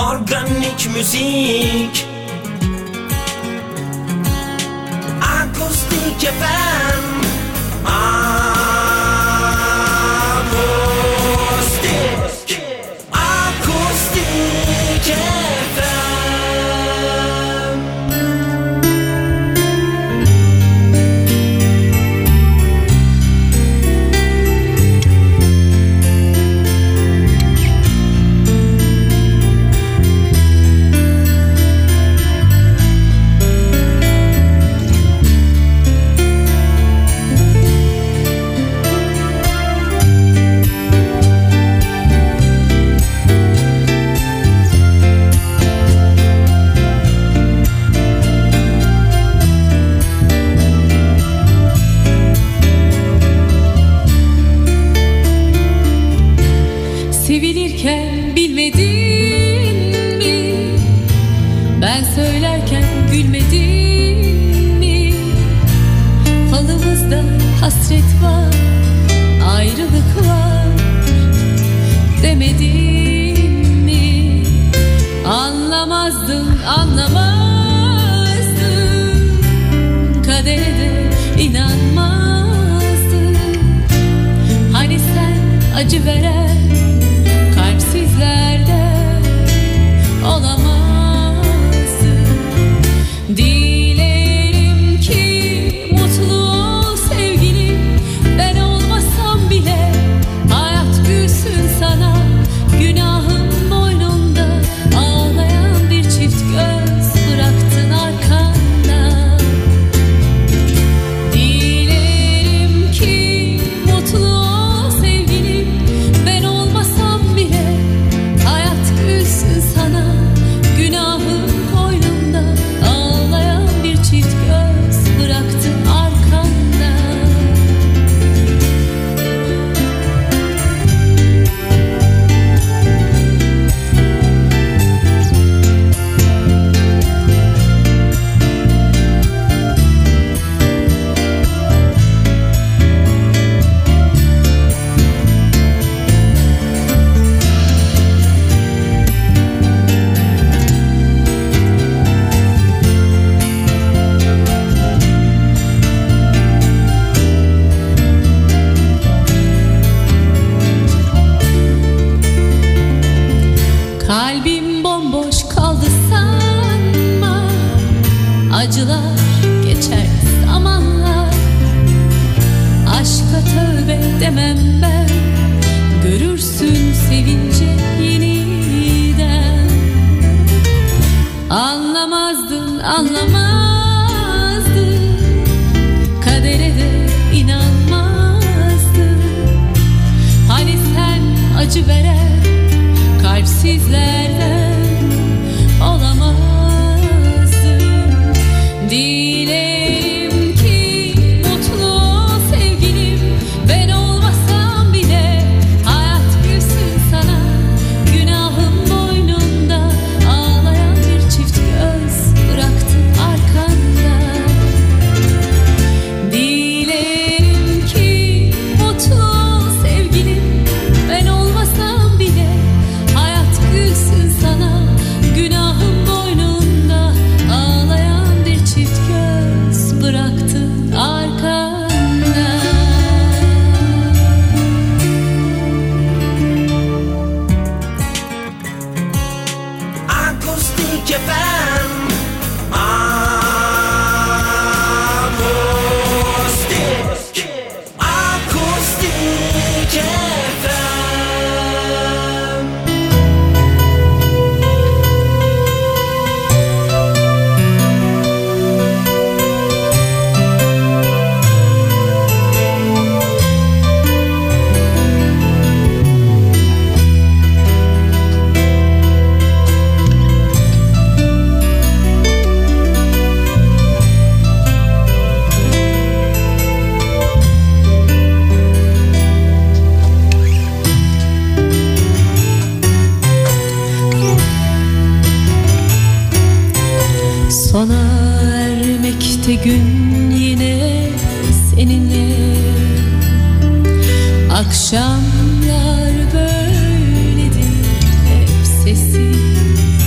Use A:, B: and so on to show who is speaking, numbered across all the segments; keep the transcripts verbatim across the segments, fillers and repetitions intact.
A: Organik müzik, akustik F M, akustik, akustik F M.
B: Sevilirken bilmedin mi? Ben söylerken gülmedin mi? Falımızda hasret var, ayrılık var demedin mi? Anlamazdın, anlamazdın, kadere de inanmazdın. Hani sen acı veren kalpsizlerden olamazsın. Dilerim ki mutlu ol sevgilim, ben olmasam bile hayat gülsün sana. Günahın boynunda ağlayan bir çift göz bıraktın arkanda. Dilerim ki mutlu ol sevgilim, ben olmasam bile hayat gülsün sana. Günahın boynunda ağlayan bir çift göz bıraktın arkanda. Kalbim bomboş kaldı sanma, acılar geçer zamanla. Aşka tövbe demem ben, görürsün sevince yeniden. Anlamazdın, anlamazdın, kadere de inanmazdın. Hani sen acı veren kalpsizlerden olamazsın. Dilerim ki mutlu ol sevgilim, ben olmasam bile hayat gülsün sana. Günahın boynunda ağlayan bir çift göz bıraktın arkanda. Dilerim ki mutlu ol sevgilim, ben olmasam bile hayat gülsün sana. Günahın boynunda ağlayan bir çift göz bıraktın arkanda.
A: Akustik F M, akustik, akustik F M.
B: Sona ermekte gün yine seninle. Akşamlar böyledir, hep sessiz.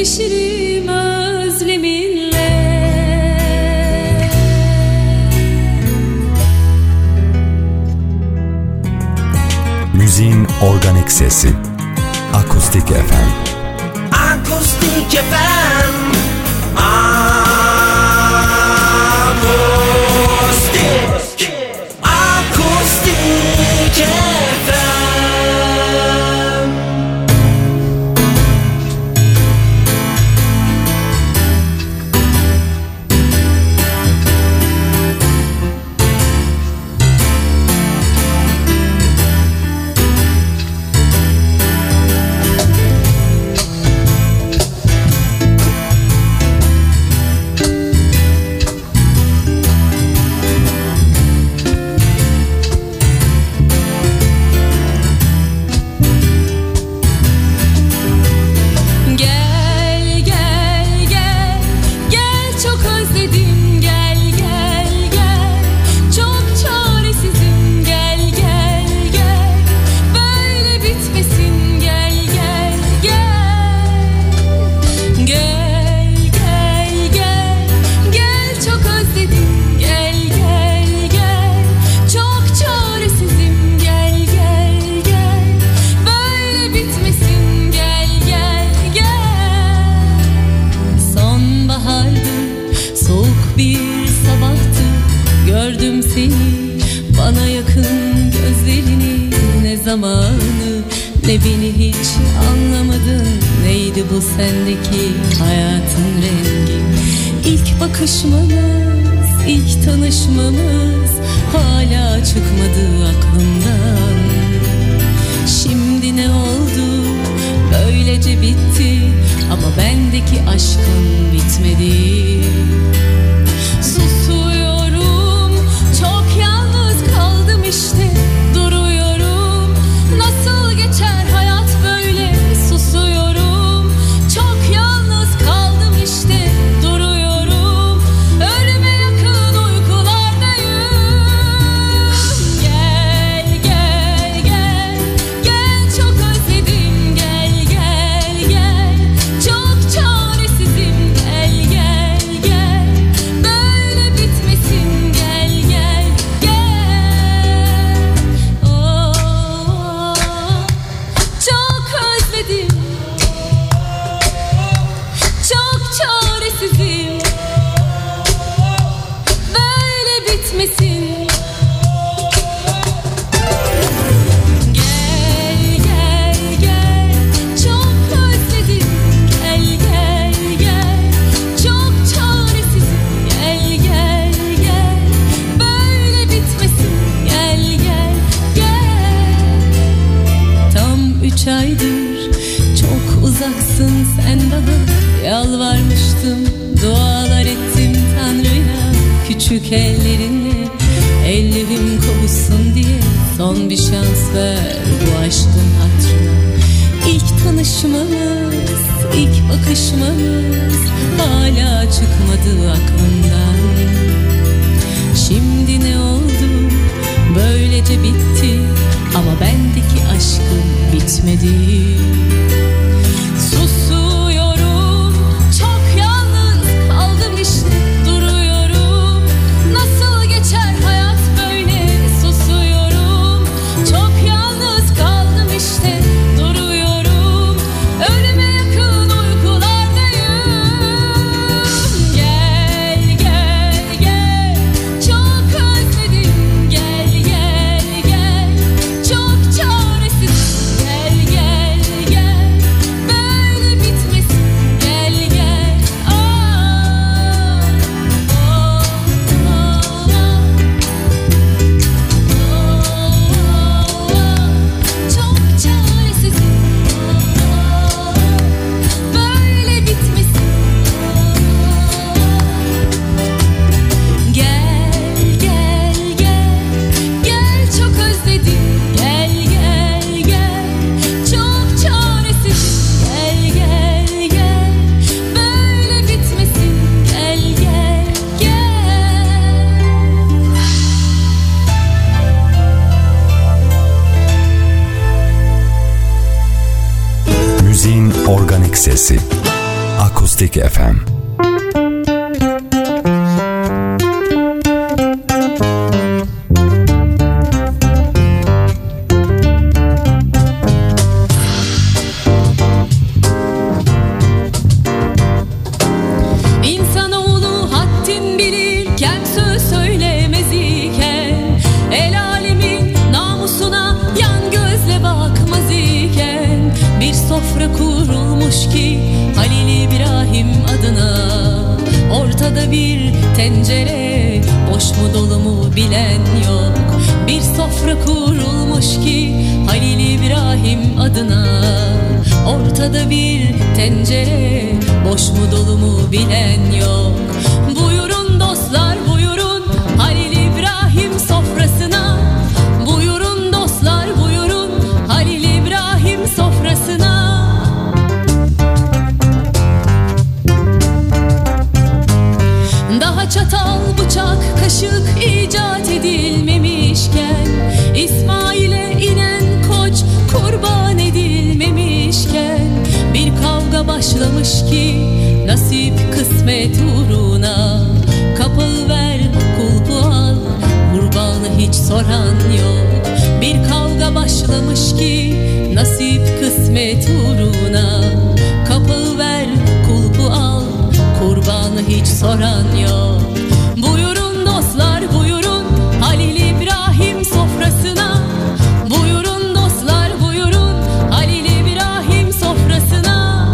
B: pişirim özleminle.
C: Müziğin organik sesi Akustik F M.
A: Akustik F M. Akustik. Akustik F M.
B: Zamanı ne beni hiç anlamadın, neydi bu sendeki hayatın rengi? İlk bakışmamız, ilk tanışmamız hala çıkmadı aklımdan. Şimdi ne oldu, böylece bitti ama bendeki aşkın bitmedi. Susuyorum, çok yalnız kaldım işte. Nasıl geçer hayat böyle? Susuyorum, çok yalnız kaldım işte. Duruyorum, ölüme yakın uykulardayım. Gel, gel, gel, gel çok özledim. Gel, gel, gel, çok çaresizim. Gel, gel, gel, böyle bitmesin. Gel, gel, gel. Oh. Çok özledim, çok çaresizim, böyle bitmesin. Gel, gel, gel, çok özledim. Gel, gel, gel, çok çaresizim. Gel, gel, gel, böyle bitmesin. Gel, gel, gel. Tam üç aydır çok uzaksın sen bana. Yalvarmıştım, dualar ettim Tanrı'ya. Küçük ellerinle ellerim kovuşsun diye. Son bir şans ver bu aşkın hatırına. İlk tanışmamız, ilk bakışmamız hala çıkmadı aklımdan. Şimdi ne oldu, böylece bitti ama bendeki aşkım bitmedi. Susuyorum, çok yalnız kaldım işte. Duruyorum, nasıl geçer hayat böyle? Susuyorum, çok yalnız kaldım işte. Duruyorum, ölüme yakın uykulardayım. Gel, gel, gel, çok özledim. Gel, gel, gel, çok çaresiz. Gel, gel, gel, böyle bitmesin. Gel, gel, ah, oh, oh, oh, çok çaresizim. Böyle bitmesin. Gel, gel, gel, gel çok özledim. Gel, gel, gel, çok çaresizim. Gel, gel, gel, böyle bitmesin. Gel, gel, gel.
C: Müziğin organik sesi Akustik F M.
B: İnsanoğlu haddin bilirken söz söylemez iken, el alemin namusuna yan gözle bakmaz iken, bir sofra kurulmuş ki Halil İbrahim adına, ortada bir tencere, boş mu dolu mu bilen yok. Bir sofra kurulmuş ki Halil İbrahim adına, ortada bir tencere, boş mu dolu mu bilen yok. Buyurun dostlar buyurun Halil İbrahim sofrasına, buyurun dostlar buyurun Halil İbrahim sofrasına. Daha çatal, bıçak, kaşık icat edilmemişken, İsmail'e inen koç kurban edilmemişken, bir kavga başlamış ki nasip kısmet uğruna, kapağı ver kulpu al, kurbanı hiç soran yok. Bir kavga başlamış ki nasip kısmet uğruna, kapağı ver kulpu al, kurbanı hiç soran yok. Buyurun dostlar buyurun Halil İbrahim sofrasına, buyurun dostlar buyurun Halil İbrahim sofrasına.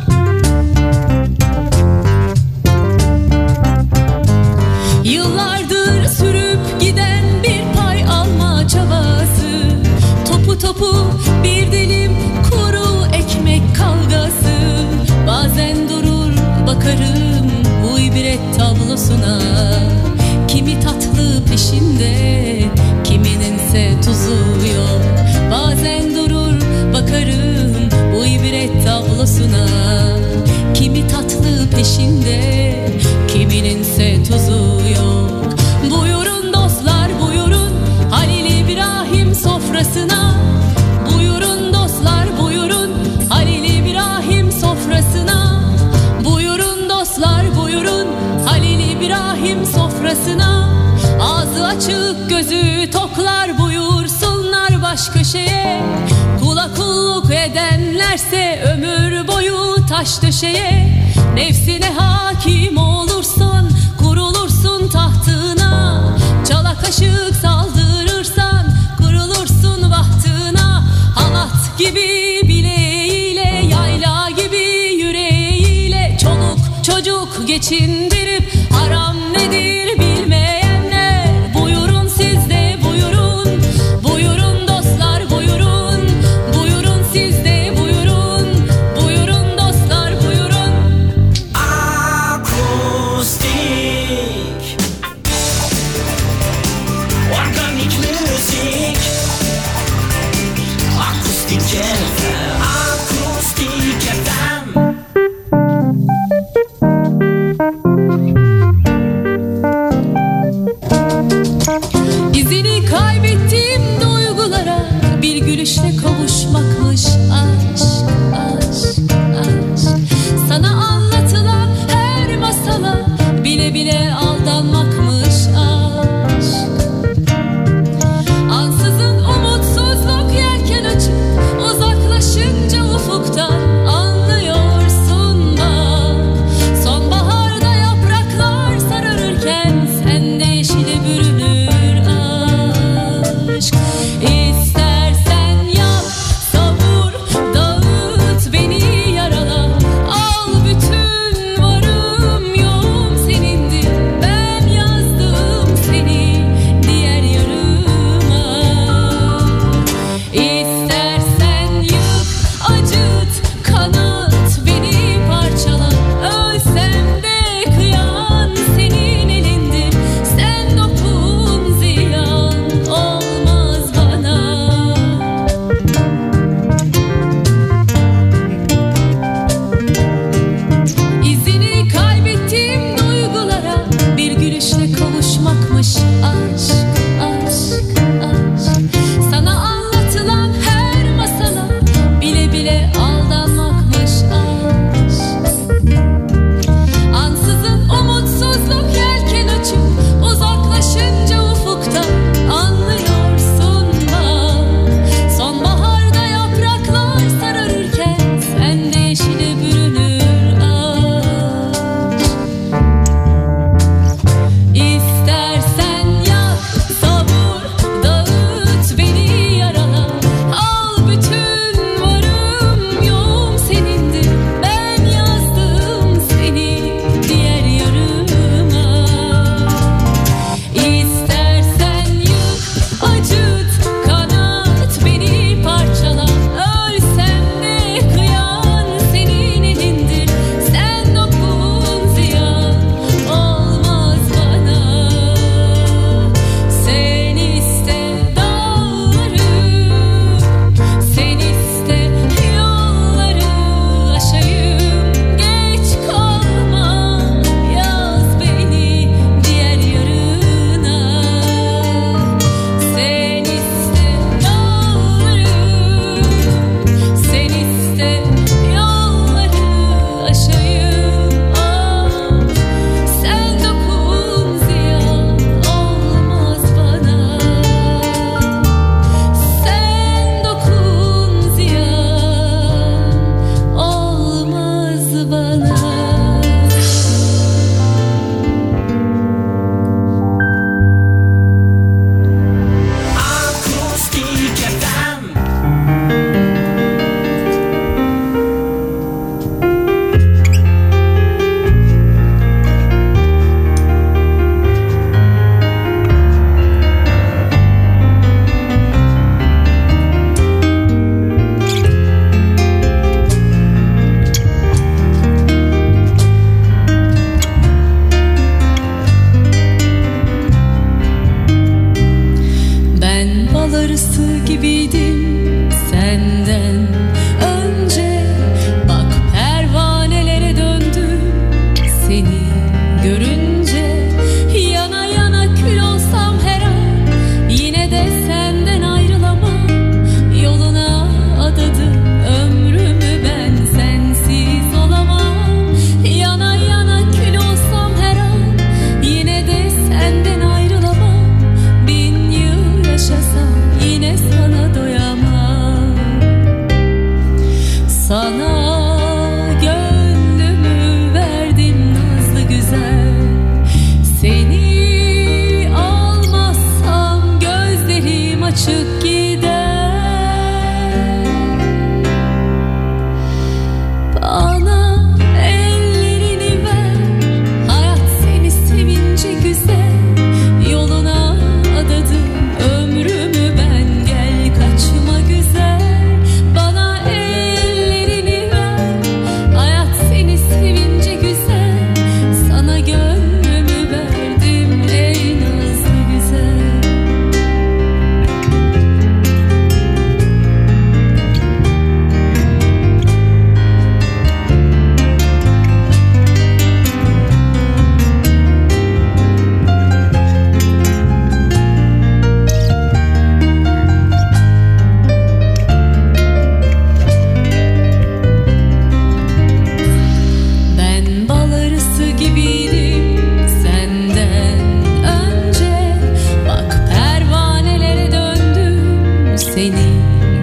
B: Yıllardır sürüp giden bir pay alma çabası, topu topu bir dilim kuru ekmek kavgası. Bazen durur bakarım bu ibret tablosuna, kimi tatlı peşinde, kimininse tuzu yok. Bazen durur bakarım bu ibret tablosuna, kimi tatlı peşinde, kimininse tuzu yok. Buyurun dostlar buyurun Halil İbrahim sofrasına, buyurun dostlar buyurun Halil İbrahim sofrasına, buyurun dostlar buyurun Halil İbrahim sofrasına. Ağzı açık gözü toklar buyursunlar baş köşeye, kula kulluk edenlerse ömür boyu taş döşeye. Nefsine hakim olursan kurulursun tahtına, çala kaşık saldırırsan kurulursun bahtına. Halat gibi bileğiyle, yayla gibi yüreğiyle, çoluk çocuk geçindirip haram nedir bilmeyenler. Buyurun siz de buyurun, buyurun dostlar buyurun, buyurun siz de buyurun, buyurun dostlar buyurun.
A: Akustik Organik müzik Akustik F M, Akustik F M.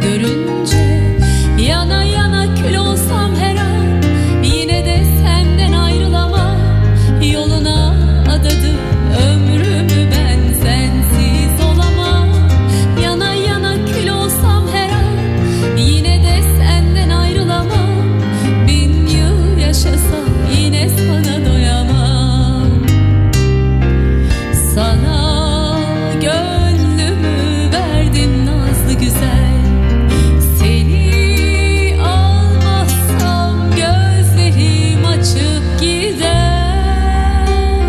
B: görünce. Yana yana kül olsam her an, yine de senden ayrılamam. Yoluna adadım ömrümü, ben sensiz olamam. Yana yana kül olsam her an, yine de senden ayrılamam. Bin yıl yaşasam yine sana doyamam. Sana gönlümü verdim nazlı güzel. Seni almazsam gözlerim açık gider.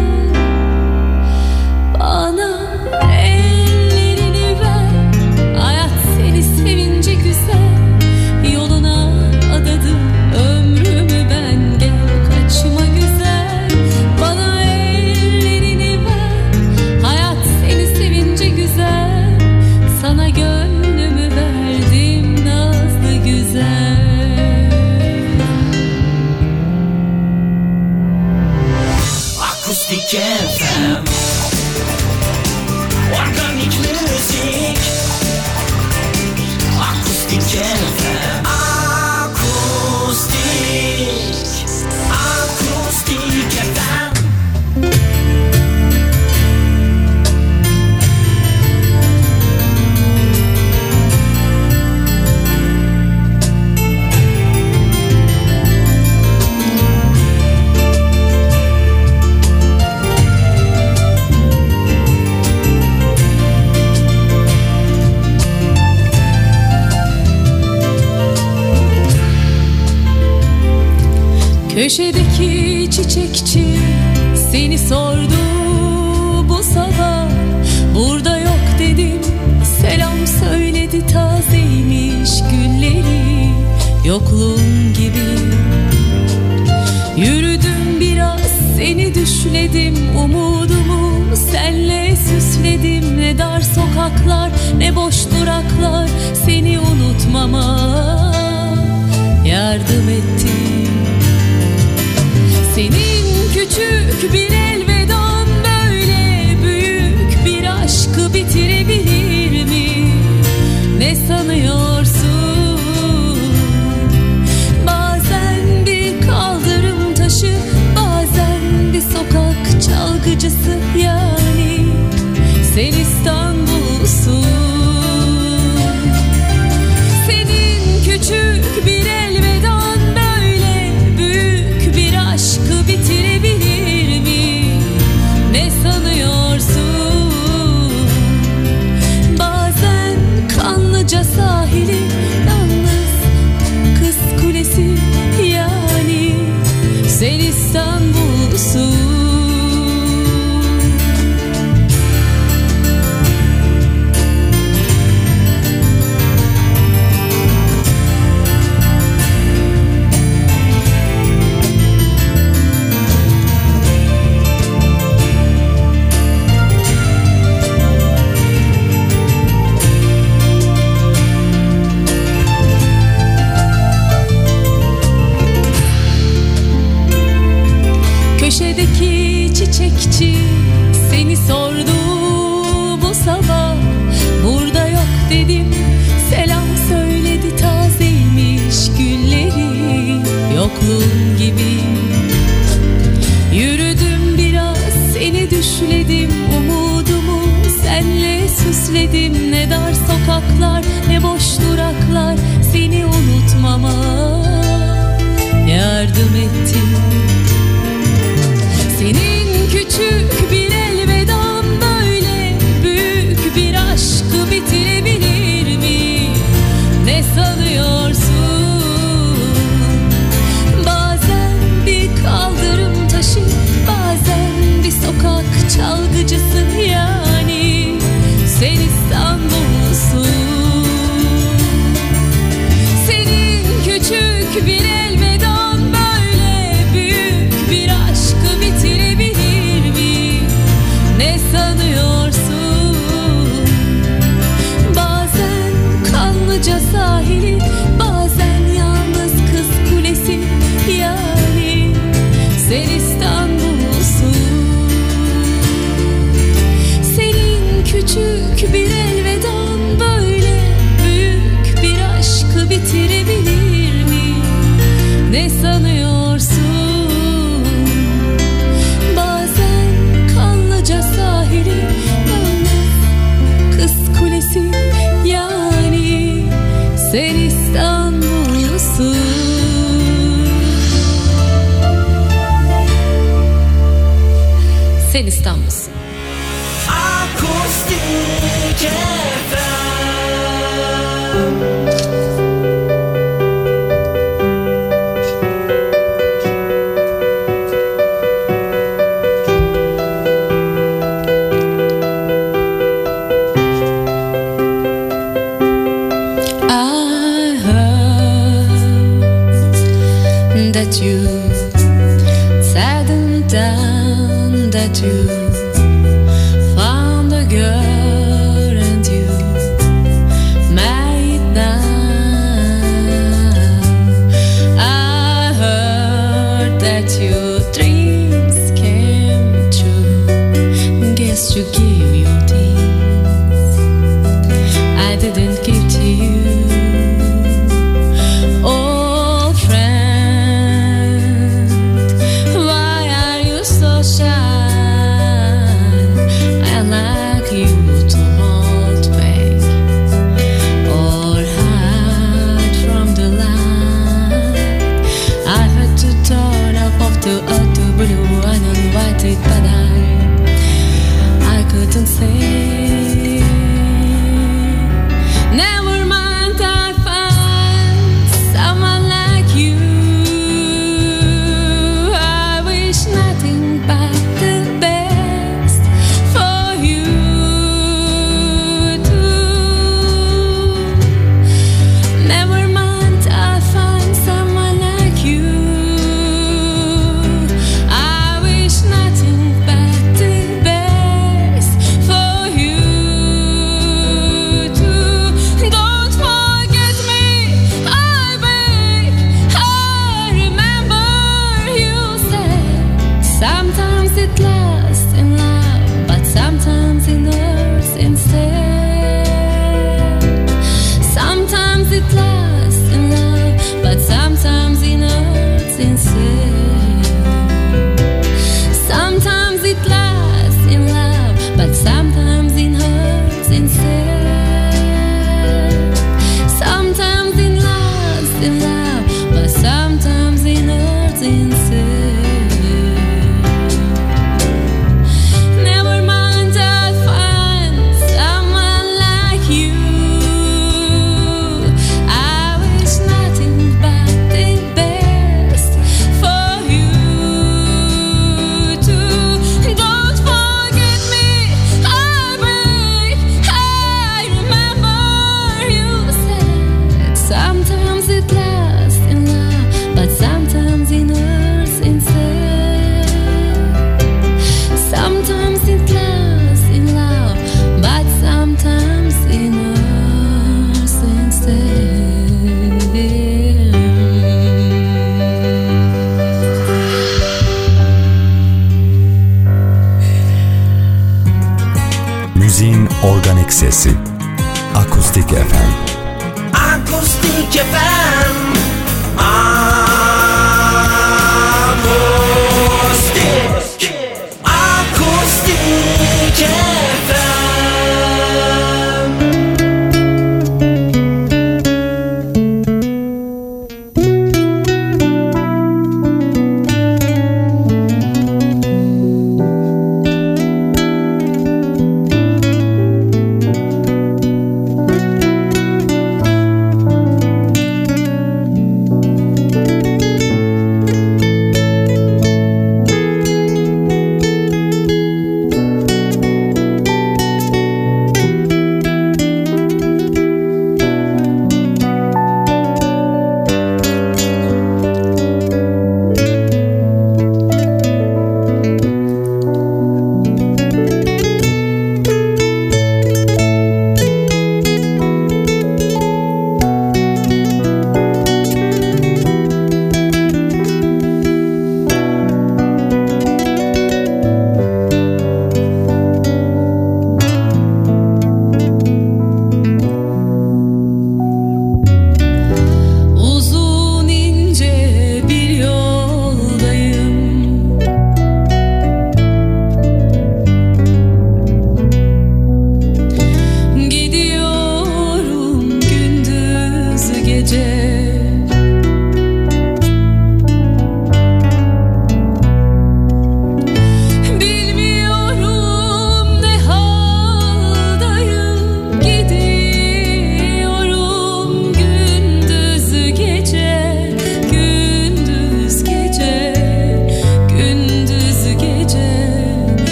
B: Bana ellerini ver, hayat seni sevince güzel. Yoluna adadım ömrümü ben, gel kaçma güzel. Bana ellerini ver, hayat seni sevince güzel. Sana gönlümü verdim nazlı güzel.
A: Akustik F M, organik müzik. Akustik F M, akustik, akustik F M.
B: Köşedeki çiçekçi seni sordu bu sabah. Burada yok dedim, selam söyledi, tazeymiş gülleri yokluğun gibi. Yürüdüm biraz, seni düşledim, umudumu senle süsledim. Ne dar sokaklar, ne boş duraklar, seni unutmama yardım etti. Senin küçük bir elvedan böyle büyük bir aşkı bitirebilir mi? Ne sanıyorsun? Bazen bir kaldırım taşı, bazen bir sokak çalgıcısı, yani sen İstanbul'sun. Senin küçük bir elvedan böyle büyük bir aşkı bitirebilir mi? Ne sanıyorsun? Bazen Kanlıca sahili, yalnız Kız Kulesi, yani sen İstanbul'sun. Köşedeki çiçekçi seni sordu bu sabah. Burada yok dedim, selam söyledi, tazeymiş gülleri yokluğun gibi. Yürüdüm biraz, seni düşledim, umudumu senle süsledim. Ne dar sokaklar, ne boş duraklar, seni unutmama yardım ettim. Senin küçük bir elvedan böyle büyük bir aşkı bitirebilir mi? Ne sanıyorsun? Bazen bir kaldırım taşı, bazen bir sokak çalgıcısı, yani sen İstanbul'sun. Senin küçük bir elvedan böyle büyük bir aşkı bitirebilir mi? Ne sanıyorsun? Bazen Kanlıca sahili, Sen İstanbullusun. Sen İstanbullusun.
A: Akustik F M.
B: That you said and done, that you found a girl and you married now. I heard that your dreams came true. Guess you give your dreams I didn't give to you. Say, never mind, I find someone like you. I wish nothing but the best for you too. Never mind, I find someone like you. I wish nothing but the best for you too. Don't forget me, I beg. I remember you said sometimes it lasts in love, but sometimes it hurts instead. Sometimes it lasts in love, but sometimes it hurts instead. Sometimes it lasts in love, but sometimes it hurts instead. Sometimes it lasts in love, but sometimes it hurts instead. Never mind, I'll find someone like you. I wish nothing but the best for you too. Don't forget me, I beg. I remember you said sometimes it lasts in love, but sometimes it hurts instead. Sometimes it lasts in love, but sometimes it hurts instead.
C: Müziğin organik sesi. Akustik F M.
A: Akustik F M. Akustik. Akustik F M.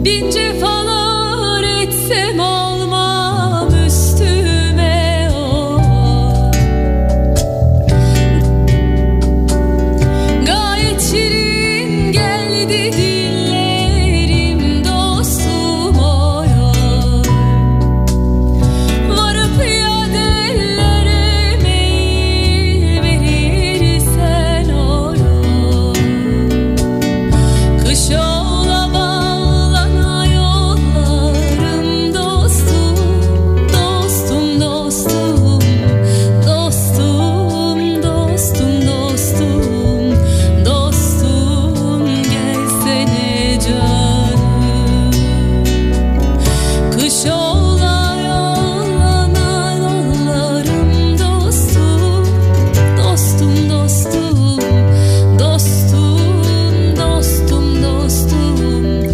B: bin cefalar etsem almam üstüme o. Gayet şirin geldi dillerim dostum oy oy. Varıp yadellere meyil verirsen oy oy. Kış ola bağlana yollarım dostum, dostum, dostum, dostum, dostum, dostum, dostum, gelsene canım. Kış ola yollana yollarım dostum, dostum, dostum, dostum, dostum, dostum,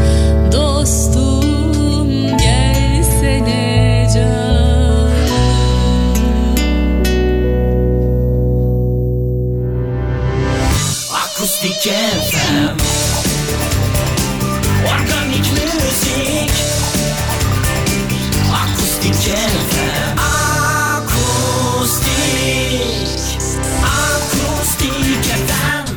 B: dostum, gelsene canım.
A: Akustik F M, organik müzik. Akustik F M, akustik, akustik F M.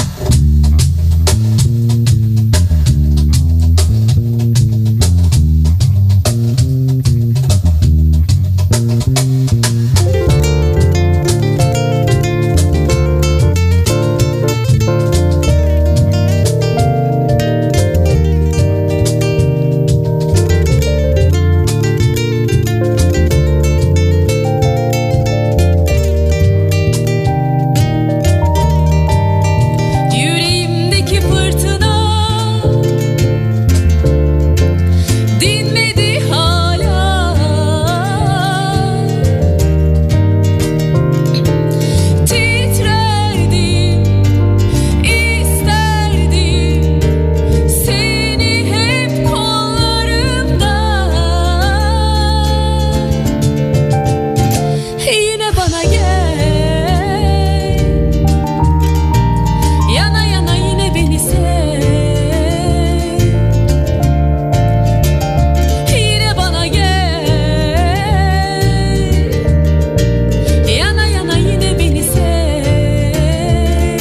A: Yüreğimdeki fırtına dinmedi hala. Titrerdim, isterdim seni hep kollarımda. Yine bana gel, yana yana yine beni sev. Yine bana gel, yana yana yine beni sev.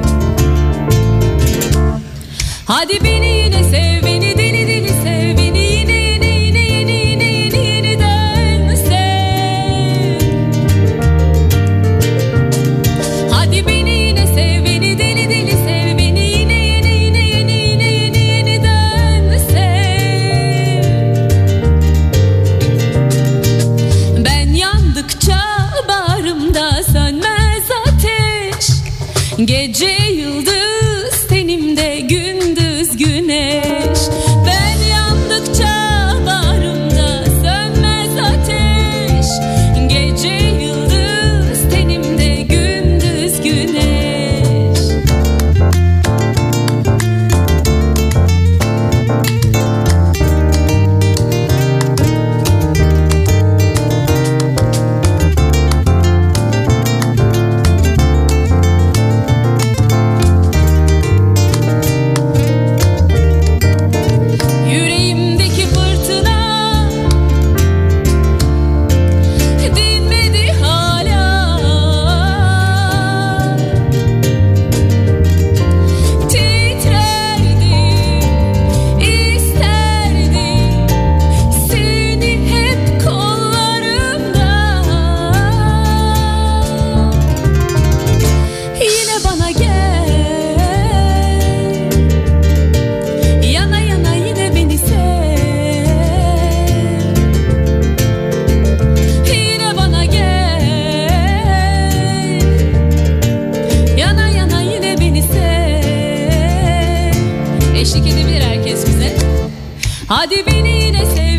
A: Hadi beni yine sev, beni deli deli sev, beni yine yine yine yine yine yine yeniden sev. Hadi beni yine sev, beni deli deli sev, beni yine yine yine yine yine yine yeniden sev. Ben yandıkça bağrımda sönmez ateş. Gece yıldız tenimde, gündüz güneş. Ben yandıkça bağrımda sönmez ateş. Gece yıldız tenimde, gündüz güneş. Yüreğimdeki fırtına dinmedi hala. Titrerdim, isterdim seni hep kollarımda. Yine bana gel, yana yana yine beni sev. Yine bana gel, yana yana yine beni sev. Eşlik edebilir herkes bize. Hadi beni yine sev,